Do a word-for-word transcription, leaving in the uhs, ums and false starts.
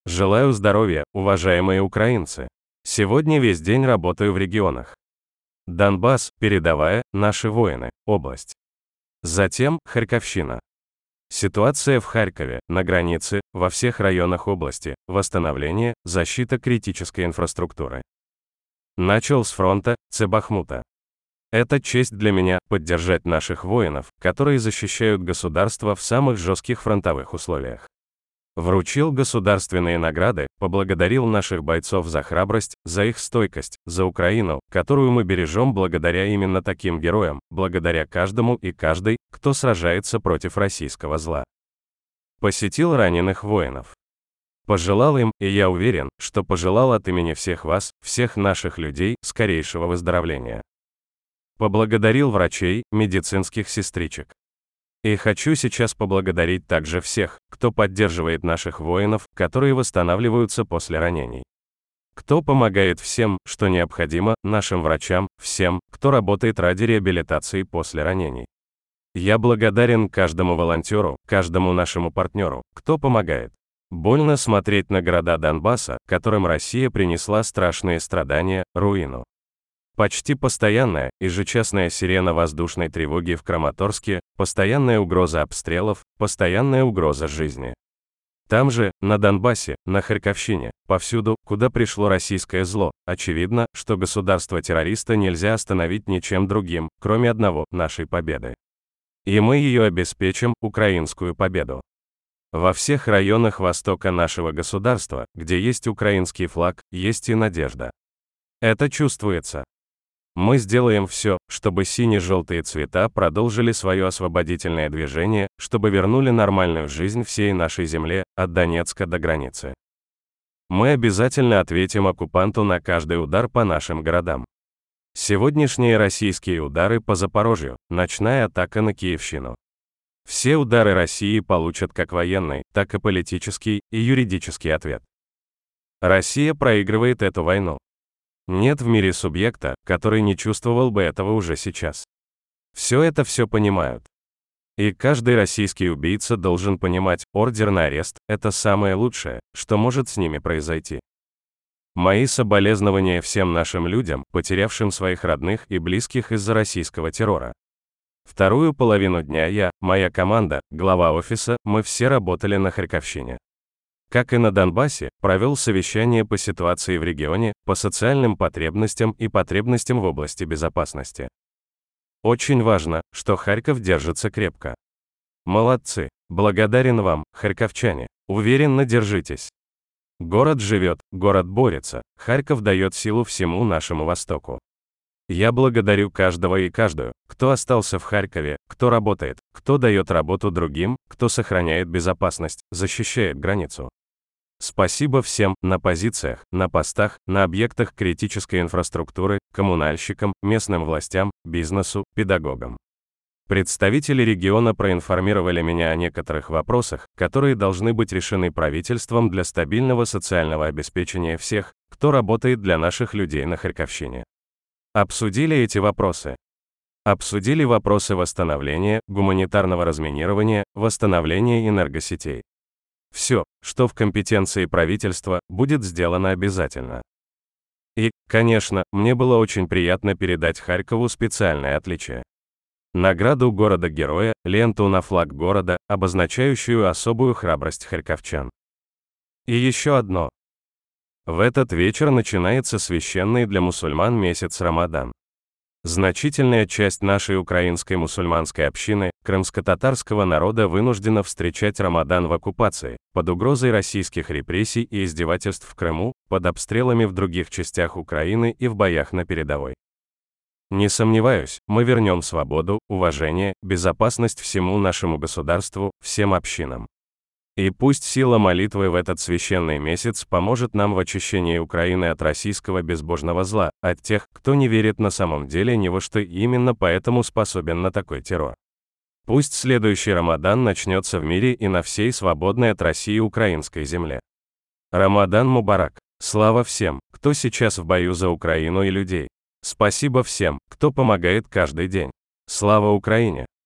Желаю здоровья, уважаемые украинцы. Сегодня весь день работаю в регионах. Донбасс, передовая, наши воины, область. Затем Харьковщина. Ситуация в Харькове, на границе, во всех районах области, восстановление, защита критической инфраструктуры. Начал с фронта, це Бахмута. Это честь для меня поддержать наших воинов, которые защищают государство в самых жестких фронтовых условиях. Вручил государственные награды, поблагодарил наших бойцов за храбрость, за их стойкость, за Украину, которую мы бережем благодаря именно таким героям, благодаря каждому и каждой, кто сражается против российского зла. Посетил раненых воинов. Пожелал им, и я уверен, что пожелал от имени всех вас, всех наших людей, скорейшего выздоровления. Поблагодарил врачей, медицинских сестричек. И хочу сейчас поблагодарить также всех, кто поддерживает наших воинов, которые восстанавливаются после ранений. Кто помогает всем, что необходимо, нашим врачам, всем, кто работает ради реабилитации после ранений. Я благодарен каждому волонтеру, каждому нашему партнеру, кто помогает. Больно смотреть на города Донбасса, которым Россия принесла страшные страдания, руину. Почти постоянная, ежечасная сирена воздушной тревоги в Краматорске, постоянная угроза обстрелов, постоянная угроза жизни. Там же, на Донбассе, на Харьковщине, повсюду, куда пришло российское зло, очевидно, что государство-террориста нельзя остановить ничем другим, кроме одного, нашей победы. И мы ее обеспечим, украинскую победу. Во всех районах востока нашего государства, где есть украинский флаг, есть и надежда. Это чувствуется. Мы сделаем все, чтобы сине-желтые цвета продолжили свое освободительное движение, чтобы вернули нормальную жизнь всей нашей земле, от Донецка до границы. Мы обязательно ответим оккупанту на каждый удар по нашим городам. Сегодняшние российские удары по Запорожью, ночная атака на Киевщину. Все удары России получат как военный, так и политический и юридический ответ. Россия проигрывает эту войну. Нет в мире субъекта, который не чувствовал бы этого уже сейчас. Все это все понимают. И каждый российский убийца должен понимать, ордер на арест – это самое лучшее, что может с ними произойти. Мои соболезнования всем нашим людям, потерявшим своих родных и близких из-за российского террора. Вторую половину дня я, моя команда, глава офиса, мы все работали на Харьковщине. Как и на Донбассе, провел совещание по ситуации в регионе, по социальным потребностям и потребностям в области безопасности. Очень важно, что Харьков держится крепко. Молодцы, благодарен вам, харьковчане, уверенно держитесь. Город живет, город борется, Харьков дает силу всему нашему Востоку. Я благодарю каждого и каждую, кто остался в Харькове, кто работает, кто дает работу другим, кто сохраняет безопасность, защищает границу. Спасибо всем, на позициях, на постах, на объектах критической инфраструктуры, коммунальщикам, местным властям, бизнесу, педагогам. Представители региона проинформировали меня о некоторых вопросах, которые должны быть решены правительством для стабильного социального обеспечения всех, кто работает для наших людей на Харьковщине. Обсудили эти вопросы. Обсудили вопросы восстановления, гуманитарного разминирования, восстановления энергосетей. Все, что в компетенции правительства, будет сделано обязательно. И, конечно, мне было очень приятно передать Харькову специальное отличие. Награду города-героя, ленту на флаг города, обозначающую особую храбрость харьковчан. И еще одно. В этот вечер начинается священный для мусульман месяц Рамадан. Значительная часть нашей украинской мусульманской общины, крымско-татарского народа вынуждена встречать Рамадан в оккупации, под угрозой российских репрессий и издевательств в Крыму, под обстрелами в других частях Украины и в боях на передовой. Не сомневаюсь, мы вернем свободу, уважение, безопасность всему нашему государству, всем общинам. И пусть сила молитвы в этот священный месяц поможет нам в очищении Украины от российского безбожного зла, от тех, кто не верит на самом деле ни во что и именно поэтому способен на такой террор. Пусть следующий Рамадан начнется в мире и на всей свободной от России украинской земле. Рамадан Мубарак! Слава всем, кто сейчас в бою за Украину и людей. Спасибо всем, кто помогает каждый день. Слава Украине!